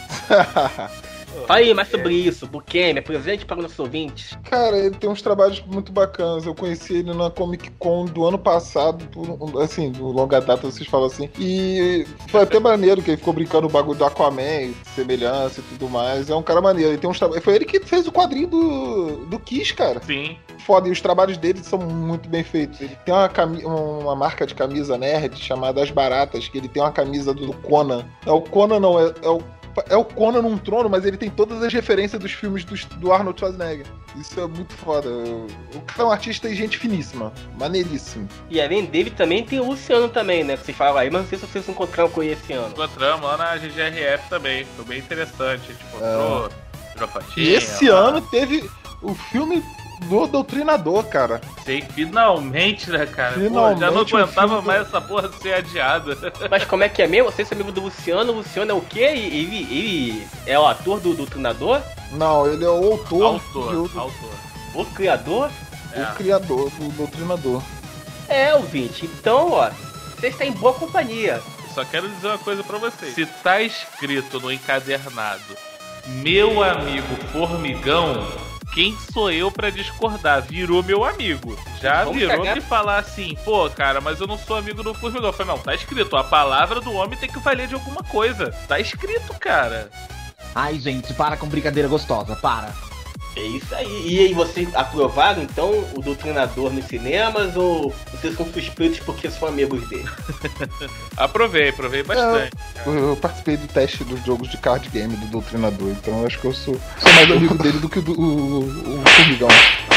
Fala aí mais sobre isso, Bukemi, apresente para os nossos ouvintes. Cara, ele tem uns trabalhos muito bacanas. Eu conheci ele na Comic Con do ano passado, por, assim, do longa data, vocês falam assim. E foi até maneiro que ele ficou brincando o bagulho do Aquaman, semelhança e tudo mais. É um cara maneiro. Ele tem uns trabalhos. Foi ele que fez o quadrinho do, do Kiss, cara. Sim. Foda, e os trabalhos dele são muito bem feitos. Ele tem uma, cami- uma marca de camisa nerd chamada As Baratas, que ele tem uma camisa do Conan. É o Conan, não, é, é o É o Conan num trono, mas ele tem todas as referências dos filmes do, do Arnold Schwarzenegger. Isso é muito foda. O cara é um artista e gente finíssima. Maneiríssimo. E além dele também tem o Luciano também, né? Que vocês falam aí, mas não sei se vocês encontraram com ele esse ano. Encontramos lá na G G R F também, foi bem interessante. A gente encontrou, tirou fotinha. E esse lá. ano teve o filme do Doutrinador, cara. Sei, finalmente, né, cara? Finalmente, Pô, já não o aguentava filme mais essa porra de ser adiada. Mas como é que é mesmo? Você é amigo do Luciano, o Luciano é o quê? Ele, ele é o ator do, do treinador? Não, ele é o autor. Autor, de outro- autor. O criador? É. O criador do Doutrinador. É, ouvinte. Então, ó, você está em boa companhia. Só quero dizer uma coisa pra vocês. Se tá escrito no encadernado, meu amigo formigão, quem sou eu pra discordar? Virou meu amigo. Já Vamos virou cagar. me falar assim, pô, cara, mas eu não sou amigo do formigão. Eu falei, não, tá escrito. A palavra do homem tem que valer de alguma coisa. Tá escrito, cara. Ai, gente, para com brincadeira gostosa, para. É isso aí. E aí, vocês aprovaram, então, o Doutrinador nos cinemas ou vocês são suspeitos porque são amigos dele? Aprovei, aprovei bastante. Eu, eu participei do teste dos jogos de card game do Doutrinador, então eu acho que eu sou, sou mais amigo dele do que o, do, o, o Formigão.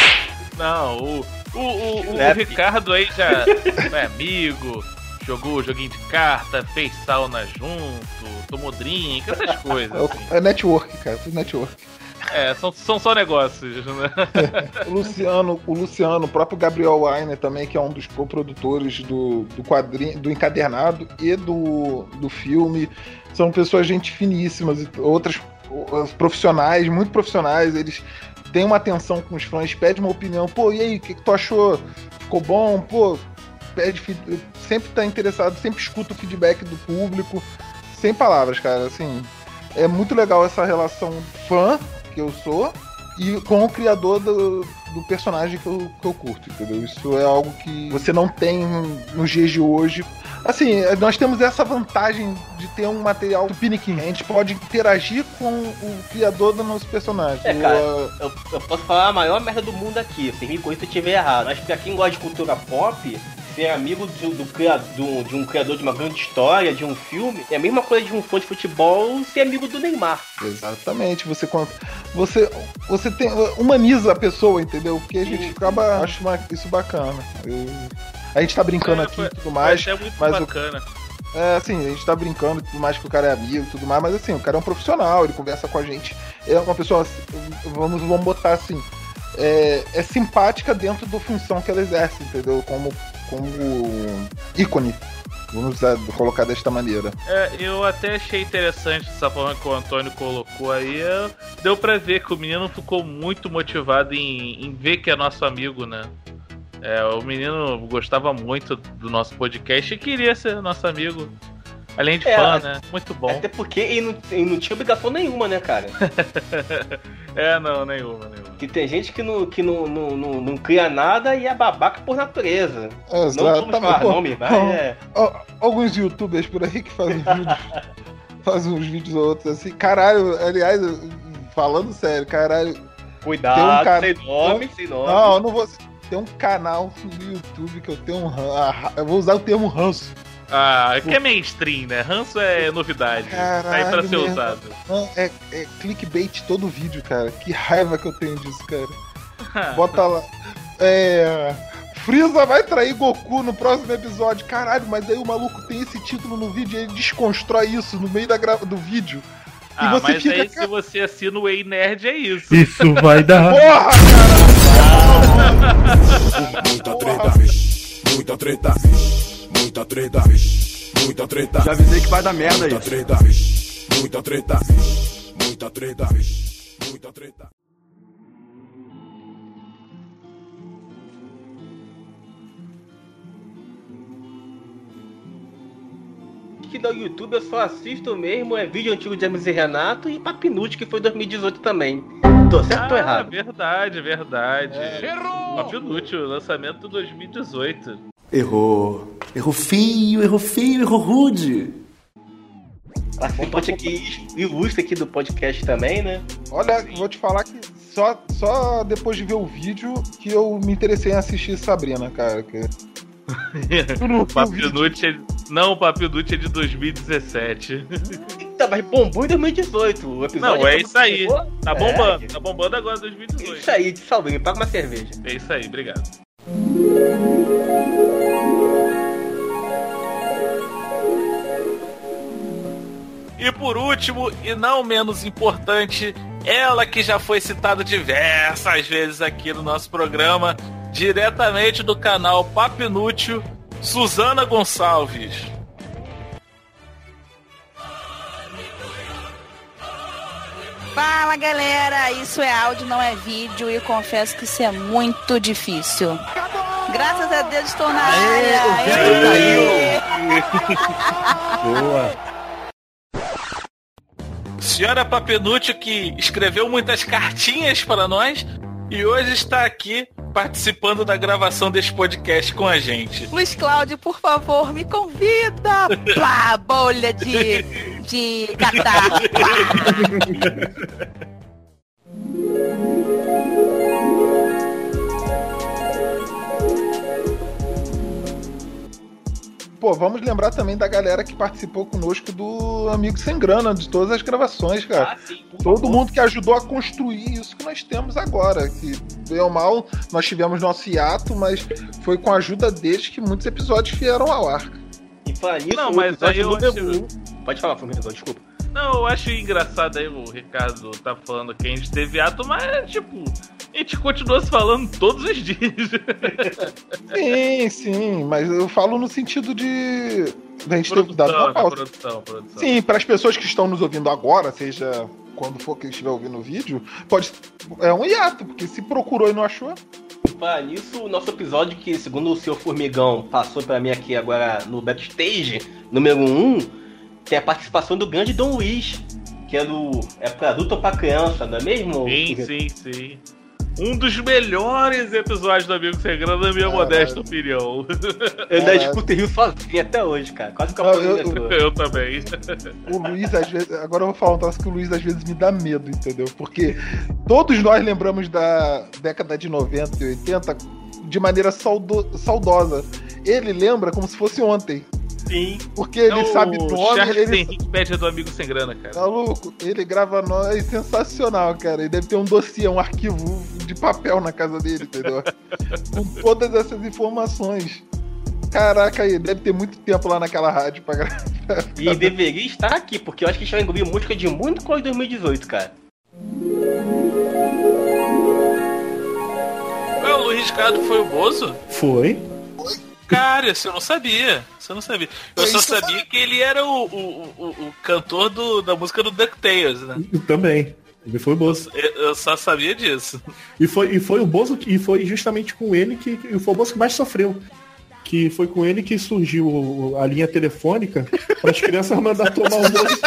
Não, o, o, o, o, o Rap. Ricardo aí já é amigo, jogou joguinho de carta, fez sauna junto, tomou drink, essas coisas. É, o- Assim. é network, cara, tudo network. É, são, são só negócios, né? O Luciano, o Luciano, o próprio Gabriel Weiner também, que é um dos co-produtores do, do quadrinho, do encadernado e do, do filme. São pessoas gente finíssimas, e outras o- profissionais, muito profissionais, eles têm uma atenção com os fãs, pedem uma opinião, pô, e aí, o que, que tu achou? Ficou bom? Pô, pede, fi- sempre tá interessado, sempre escuta o feedback do público, sem palavras, cara, assim, é muito legal essa relação fã que eu sou, e com o criador do, do personagem que eu, que eu curto, entendeu? Isso é algo que você não tem nos dias de hoje. Assim, nós temos essa vantagem de ter um material tupiniquim. A gente pode interagir com o criador do nosso personagem. É, cara, o, eu, eu posso falar a maior merda do mundo aqui, você me corrija se eu estiver errado. Mas pra quem gosta de cultura pop, ser amigo do, do criador, de um criador de uma grande história, de um filme, é a mesma coisa de um fã de futebol ser amigo do Neymar. Exatamente, você, você, você tem, humaniza a pessoa, entendeu? Porque a gente acaba, acho uma, isso bacana. Eu, a gente tá brincando é, aqui e tudo mais. É muito mas bacana. O, é, assim, a gente tá brincando tudo mais que o cara é amigo e tudo mais, mas assim, o cara é um profissional, ele conversa com a gente. É uma pessoa, vamos, vamos botar assim, é, é simpática dentro da função que ela exerce, entendeu? Como, como ícone. Vamos usar, colocar desta maneira. É, eu até achei interessante essa forma que o Antônio colocou aí. Deu pra ver que o menino ficou muito motivado em, em ver que é nosso amigo, né? É, o menino gostava muito do nosso podcast e queria ser nosso amigo. Além de é, fã, né? Muito bom. Até porque ele não, ele não tinha obrigação nenhuma, né, cara? É, não, nenhuma, nenhuma. Que tem gente que não, que não, não, não, não cria nada e é babaca por natureza. Exatamente. Não vamos falar nome, mas é... Alguns youtubers por aí que fazem vídeos, fazem uns vídeos ou outros assim. Caralho, aliás, falando sério, caralho. Cuidado, tem um cara... sem nome, sem nome. Não, eu não vou... Tem um canal no YouTube que eu tenho um ranço. Eu vou usar o termo ranço. Ah, que é mainstream, né? Ranço é novidade. Caralho, tá aí pra ser mesmo. usado. Não, é, é clickbait todo vídeo, cara. Que raiva que eu tenho disso, cara. Bota lá. É. Freeza vai trair Goku no próximo episódio. Caralho, mas aí o maluco tem esse título no vídeo e ele desconstrói isso no meio da gra... do vídeo. E ah, você mas fica... aí se você assina o Ei Nerd é isso. Isso vai dar. Porra, cara! Muita treta, muita treta, muita treta, muita treta. Já avisei que vai dar merda aí. Muita treta, muita treta, muita treta, muita treta. Que no YouTube eu só assisto mesmo é vídeo antigo de Hermes e Renato e Papinute, que foi dois mil e dezoito também. Tô certo ou tô ah, errado? Verdade, verdade. É. Errou! Papinute, o lançamento de dois mil e dezoito. Errou. Errou feio, errou feio, errou rude. Participante aqui, ilustre aqui do podcast também, né? Olha, vou te falar que só, só depois de ver o vídeo que eu me interessei em assistir Sabrina, cara. Que... o Papinute é... Não, o Papinute é de dois mil e dezessete. Eita, mas bombou em dois mil e dezoito. O episódio Não, é isso aí. Bombou? Tá bombando. É. Tá bombando agora em dois mil e dezoito. Isso aí, de Salvinho, paga uma cerveja. É isso aí, obrigado. E por último, e não menos importante, ela que já foi citada diversas vezes aqui no nosso programa, diretamente do canal Papinútil, Suzana Gonçalves. Fala galera, isso é áudio, não é vídeo, e confesso que isso é muito difícil. Graças a Deus estou na área. Aê, Boa. Senhora Papinútil, que escreveu muitas cartinhas para nós e hoje está aqui participando da gravação deste podcast com a gente. Luiz Cláudio, por favor, me convida! Plá, bolha de... de catar! Pô, vamos lembrar também da galera que participou conosco do Amigo Sem Grana, de todas as gravações, cara. Ah, sim, todo favor. Mundo que ajudou a construir isso que nós temos agora. Que, bem ou mal, nós tivemos nosso hiato, mas foi com a ajuda deles que muitos episódios vieram ao ar. E falar nisso, não, mas aí eu acho... Pode falar, Fernando, desculpa. Não, eu acho engraçado aí o Ricardo tá falando que a gente teve ato, mas, tipo, a gente continua se falando todos os dias. Sim, sim, mas eu falo no sentido de... A gente produção, ter dado uma pausa. Produção, produção. Sim, para as pessoas que estão nos ouvindo agora, seja quando for que estiver ouvindo o vídeo, pode... é um hiato, porque se procurou e não achou... Ah, nisso, o nosso episódio que, segundo o senhor Formigão, passou pra mim aqui agora no backstage, número um, tem a participação do grande Dom Luiz, que é do... é pra adulto ou pra criança, não é mesmo? Sim, sim, sim. Um dos melhores episódios do Amigo Sem Grana, na minha Caralho. modesta opinião. Eu ainda escuto Rio sozinho até hoje, cara. Quase que eu eu, eu, eu também. O Luiz, às vezes. Agora eu vou falar um troço que o Luiz às vezes me dá medo, entendeu? Porque todos nós lembramos da década de noventa e oitenta de maneira saudo, saudosa. Ele lembra como se fosse ontem. Sim. Porque ele é sabe nome. Charles ele... Henrique Média do Amigo Sem Grana, cara. Tá louco? Ele grava nós, sensacional, cara. Ele deve ter um dossiê, um arquivo de papel na casa dele, entendeu? Com todas essas informações. Caraca, aí deve ter muito tempo lá naquela rádio pra gravar. E deveria estar aqui, porque eu acho que a gente vai engolir música de muito coisa de dois mil e dezoito, cara. Ué, o Luiz Ricardo foi o Bozo? Foi. Cara, isso eu não sabia. Isso eu não sabia. Eu é só sabia que ele era o, o, o, o cantor do, da música do DuckTales, né? Eu também. Ele foi o Bozo. Eu, eu só sabia disso. E foi, e foi o Bozo, e foi justamente com ele que, que foi o Bozo que mais sofreu. Que foi com ele que surgiu a linha telefônica para as crianças mandar tomar o Bozo.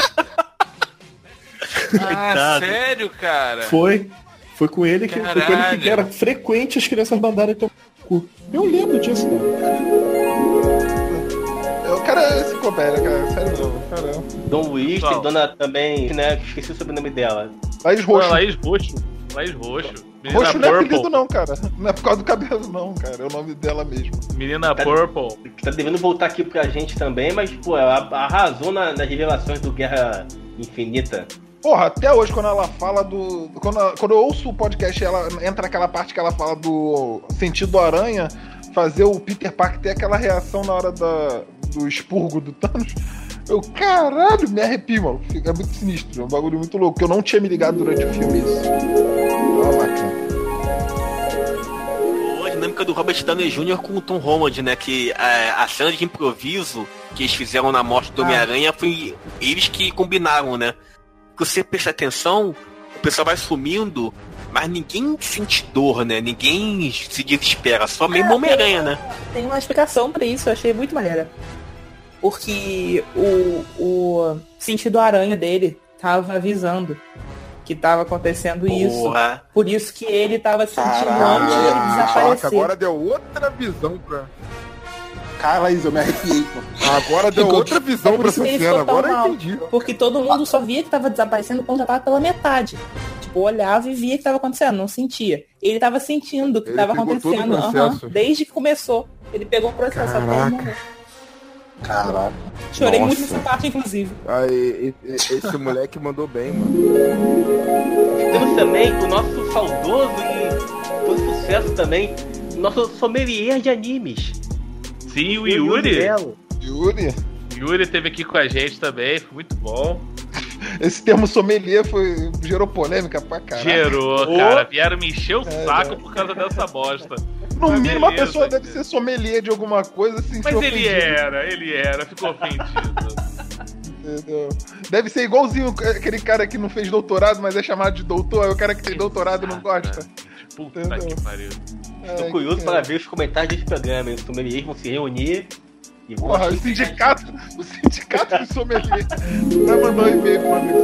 Ah, sério, cara? Foi. Foi com ele que, foi com ele que era frequente as crianças mandarem tomar o cu. Eu lembro disso, né? Eu quero esse comédia, cara. Sério não, caramba. Dom Luiz, tem dona também, né? Esqueci o sobrenome dela. Laís Roxo. Pô, Laís Roxo. Laís Roxo. Menina Roxo não é Purple. apelido não, cara. Não é por causa do cabelo não, cara. É o nome dela mesmo. Menina tá, Purple. Tá devendo voltar aqui pra gente também, mas, pô, ela arrasou na, nas revelações do Guerra Infinita. Porra, até hoje, quando ela fala do... Quando, ela, quando eu ouço o podcast, ela entra aquela parte que ela fala do sentido aranha, fazer o Peter Parker ter aquela reação na hora da, do expurgo do Thanos. Eu, caralho, me arrepio, mano. É muito sinistro, é um bagulho muito louco, que eu não tinha me ligado durante o filme isso. Uma máquina. A dinâmica do Robert Downey Júnior com o Tom Holland, né? Que é, a cena de improviso que eles fizeram na morte do ah. Homem-Aranha foi eles que combinaram, né? Que você presta atenção, o pessoal vai sumindo, mas ninguém sente dor, né? Ninguém se desespera, só mesmo é, Homem-Aranha, né? Tem uma explicação pra isso, eu achei muito maneira. Porque o, o sentido aranha dele tava avisando que tava acontecendo Porra. isso. Por isso que ele tava sentindo Caralho, antes de ele desaparecer. Agora deu outra visão pra... Cara, Laís, eu me arrepiei. Agora deu outra visão pra essa cena, agora eu entendi. Porque todo mundo só via que tava desaparecendo quando já tava pela metade. Tipo, olhava e via que tava acontecendo, não sentia. Ele tava sentindo o que ele tava acontecendo. Uhum. Desde que começou. Ele pegou o processo até morrer. Caraca. Chorei Nossa. muito nessa parte, inclusive. Aí, esse moleque mandou bem, mano. Temos também o nosso saudoso e foi sucesso também, o nosso sommelier de animes. Sim, o Yuri. Yuri. Yuri esteve aqui com a gente também, foi muito bom. Esse termo sommelier foi, gerou polêmica pra caralho. Gerou, oh. cara. Vieram me encher o é, saco é. por causa dessa bosta. No Mas mínimo, beleza, a pessoa deve ser sommelier de alguma coisa. Se Mas ele era, ele era, ficou ofendido. Entendeu? Deve ser igualzinho aquele cara que não fez doutorado, mas é chamado de doutor. Aí o cara que tem doutorado não gosta. Puta Entendeu? que pariu. Tô é, curioso que... para ver os comentários desse programa. Os sommeliers vão se reunir. E Porra, o sindicato, o sindicato de sommelier vai mandar um e-mail pro amigo.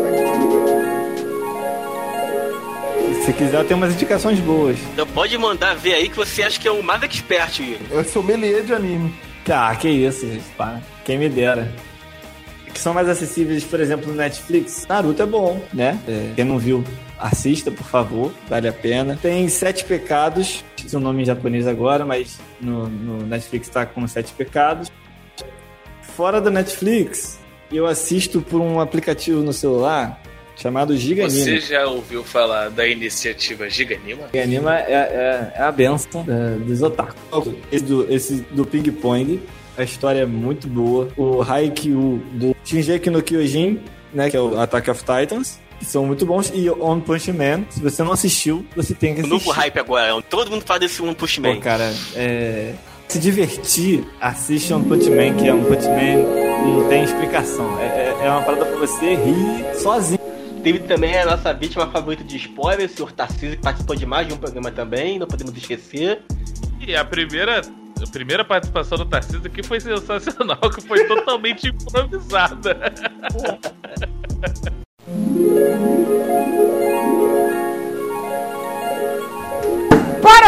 Se quiser, tem umas indicações boas. Então pode mandar ver aí que você acha que é o mais expert, Yuri. Eu sou sommelier de anime. Tá, que isso, gente. Pá. Quem me dera. Que são mais acessíveis, por exemplo, no Netflix. Naruto é bom, né? É, quem não viu, assista, por favor. Vale a pena. Tem Sete Pecados. Esse é o nome em japonês agora, mas no, no Netflix tá com Sete Pecados. Fora do Netflix, eu assisto por um aplicativo no celular chamado Giganima. Você já ouviu falar da iniciativa Giganima? Giganima é, é, é a benção da, dos otaku. Esse do, esse do Ping Pong, a história é muito boa. O Haikyuu do Shingeki no Kyojin, né, que é o Attack of Titans, que são muito bons. E One Punch Man, se você não assistiu, você tem que assistir. O novo hype agora, todo mundo fala desse One Punch Man. Pô, cara, é... se divertir, assiste One Punch Man, que é um Punch Man, não tem explicação. É, é uma parada pra você rir sozinho. Teve também a nossa vítima favorita de spoilers, o senhor Tarcísio, que participou de mais de um programa também, não podemos esquecer. E a primeira, a primeira participação do Tarcísio aqui foi sensacional, que foi totalmente improvisada.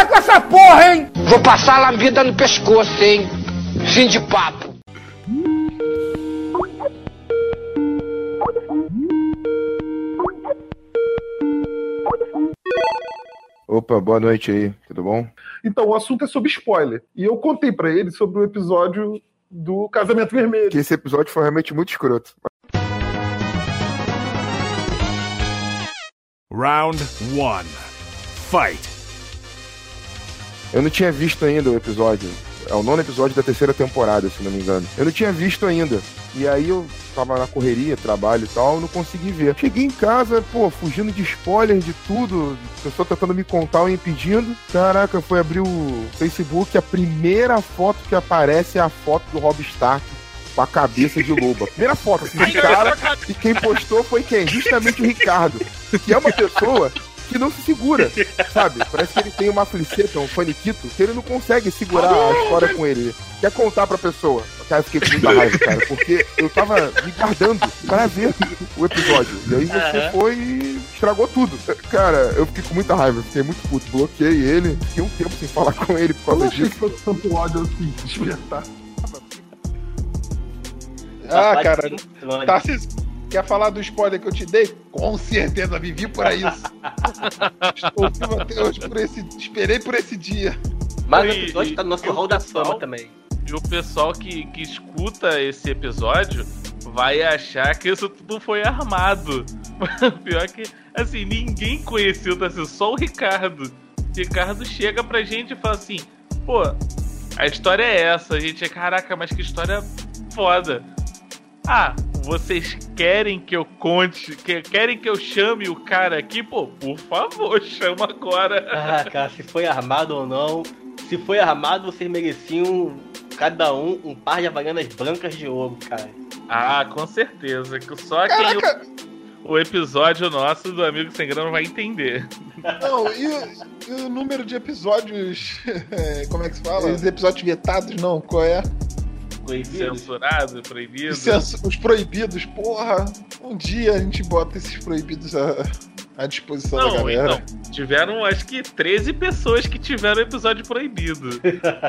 com essa porra, hein? Vou passar a lambida no pescoço, hein? Fim de papo. Opa, boa noite aí, tudo bom? Então, o assunto é sobre spoiler. E eu contei pra ele sobre o episódio do Casamento Vermelho. Que esse episódio foi realmente muito escroto. Round one. Fight. Eu não tinha visto ainda o episódio. É o nono episódio da terceira temporada, se não me engano. Eu não tinha visto ainda. E aí eu tava na correria, trabalho e tal, não consegui ver. Cheguei em casa, pô, fugindo de spoiler de tudo, pessoa tentando me contar ou impedindo. Caraca, foi abrir o Facebook, a primeira foto que aparece é a foto do Robb Stark com a cabeça de lobo. A primeira foto, assim, de cara, e quem postou foi quem? Justamente o Ricardo, que é uma pessoa que não se segura, sabe? Parece que ele tem uma fliceta, um faniquito, que ele não consegue segurar a história com ele. Quer contar pra pessoa. Cara, eu fiquei com muita raiva, cara, porque eu tava me guardando pra ver o episódio. E aí você uhum. foi e estragou tudo. Cara, eu fiquei com muita raiva, fiquei muito puto. Bloqueei ele, fiquei um tempo sem falar com ele por causa disso. Eu achei que fosse tanto ódio assim, despertar. Ah, cara, tá se... Quer falar do spoiler que eu te dei? Com certeza, vivi por isso. Estou vivo até hoje por esse... Esperei por esse dia. Mas o episódio tá no nosso hall da fama também. E o pessoal que, que escuta esse episódio vai achar que isso tudo foi armado. Pior que, assim, ninguém conheceu, tá assim, só o Ricardo. O Ricardo chega pra gente e fala assim, pô, a história é essa. A gente é, caraca, mas que história foda. Ah, vocês querem que eu conte, que, querem que eu chame o cara aqui? Pô, por favor, chama agora. Ah, cara, se foi armado ou não. Se foi armado, vocês mereciam, cada um, um par de havaianas brancas de ouro, cara. Ah, com certeza. Que só quem o, o episódio nosso do Amigo Sem Grana vai entender. Não, e, e o número de episódios... Como é que se fala? Os episódios vetados, não? Qual é? Proibido. Censurado, proibido. Censu- os proibidos, porra. Um dia a gente bota esses proibidos à, à disposição não, da galera. Então, tiveram acho que treze pessoas que tiveram episódio proibido.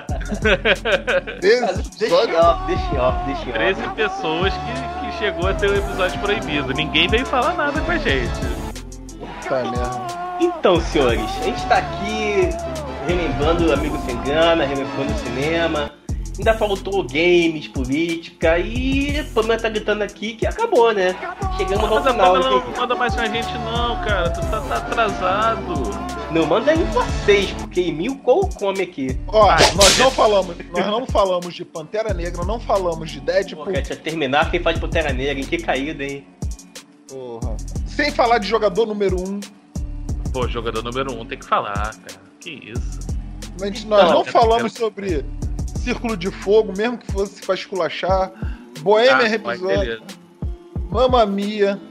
Deixa off, deixa off, deixa off. treze pessoas que, que chegou a ter o episódio proibido. Ninguém veio falar nada com a gente. Tá mesmo. Então, senhores, a gente tá aqui relembrando o Amigo Sem Grana, relembrando o cinema. Ainda faltou games, política e o Pamela tá gritando aqui que acabou, né? Chegamos ao final. Não, não manda mais com a gente não, cara. Tu tá, tá atrasado. Não, manda em vocês, porque em mil qual come aqui. Ó, nós não falamos, nós não falamos de Pantera Negra, não falamos de Deadpool. Pô, quer terminar quem faz de Pantera Negra, em que caída, hein? Porra. Sem falar de jogador número um. Pô, jogador número um tem que falar, cara. Que isso. Mas nós não, não falamos sobre Círculo de Fogo, mesmo que fosse pra esculachar. Bohemian ah, Rhapsody. Mamma Mia.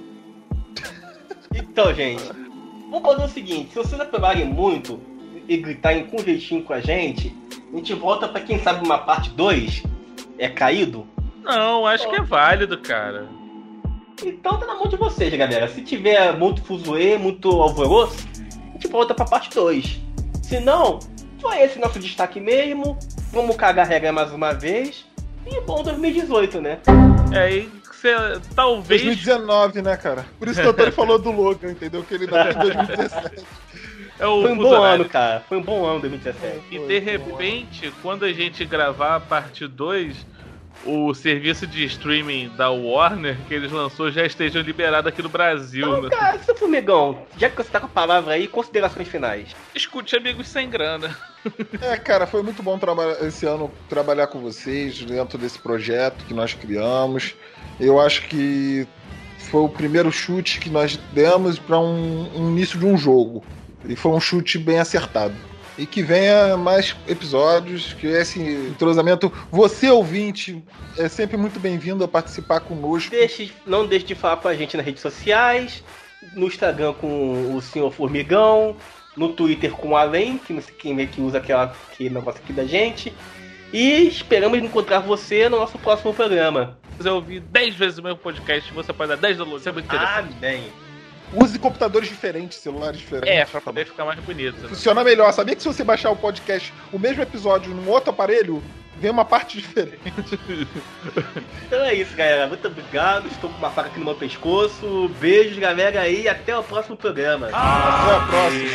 Então, gente, vamos fazer o seguinte: se vocês apelarem muito e gritarem com jeitinho com a gente, a gente volta pra quem sabe uma parte dois. É caído? Não, acho oh. que é válido, cara. Então tá na mão de vocês, galera. Se tiver muito fuzuê, muito alvoroço, a gente volta pra parte dois. Se não, foi esse nosso destaque mesmo. Vamos cagar a regra mais uma vez. E bom dois mil e dezoito, né? É, e cê, talvez... dois mil e dezenove, né, cara? Por isso que o Antônio falou do Logan, entendeu? Que ele dá de dois mil e dezessete. É o Foi um bom ano, cara. Foi um bom ano dois mil e dezessete. E de repente, quando a gente gravar a parte dois, o serviço de streaming da Warner que eles lançou já esteja liberado aqui no Brasil. Não, né? Cara, seu formigão, já que você tá com a palavra aí, considerações finais. Escute Amigos Sem Grana. É, cara, foi muito bom trabalhar esse ano, trabalhar com vocês dentro desse projeto que nós criamos. Eu acho que foi o primeiro chute que nós demos para um, um início de um jogo. E foi um chute bem acertado. E que venha mais episódios, que esse entrosamento... Você, ouvinte, é sempre muito bem-vindo a participar conosco. Deixe, não deixe de falar com a gente nas redes sociais, no Instagram com o senhor Formigão, no Twitter com o Além, que não sei quem é que usa aquela, aquele negócio aqui da gente. E esperamos encontrar você no nosso próximo programa. Se você ouvir dez vezes o meu podcast, você pode dar dez downloads, isso é muito interessante. Ah, bem. use computadores diferentes, celulares diferentes. É, pra poder ficar mais bonito. Funciona melhor. Sabia que se você baixar o podcast, o mesmo episódio, num outro aparelho, vem uma parte diferente. Então é isso, galera. Muito obrigado. Estou com uma faca aqui no meu pescoço. Beijos, galera, aí. Até o próximo programa. Até a próxima.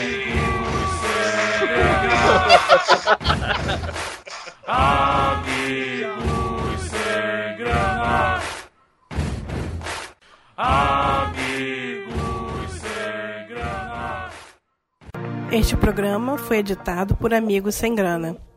Amigos sem grana. Amigos sem grana. Este programa foi editado por Amigos Sem Grana.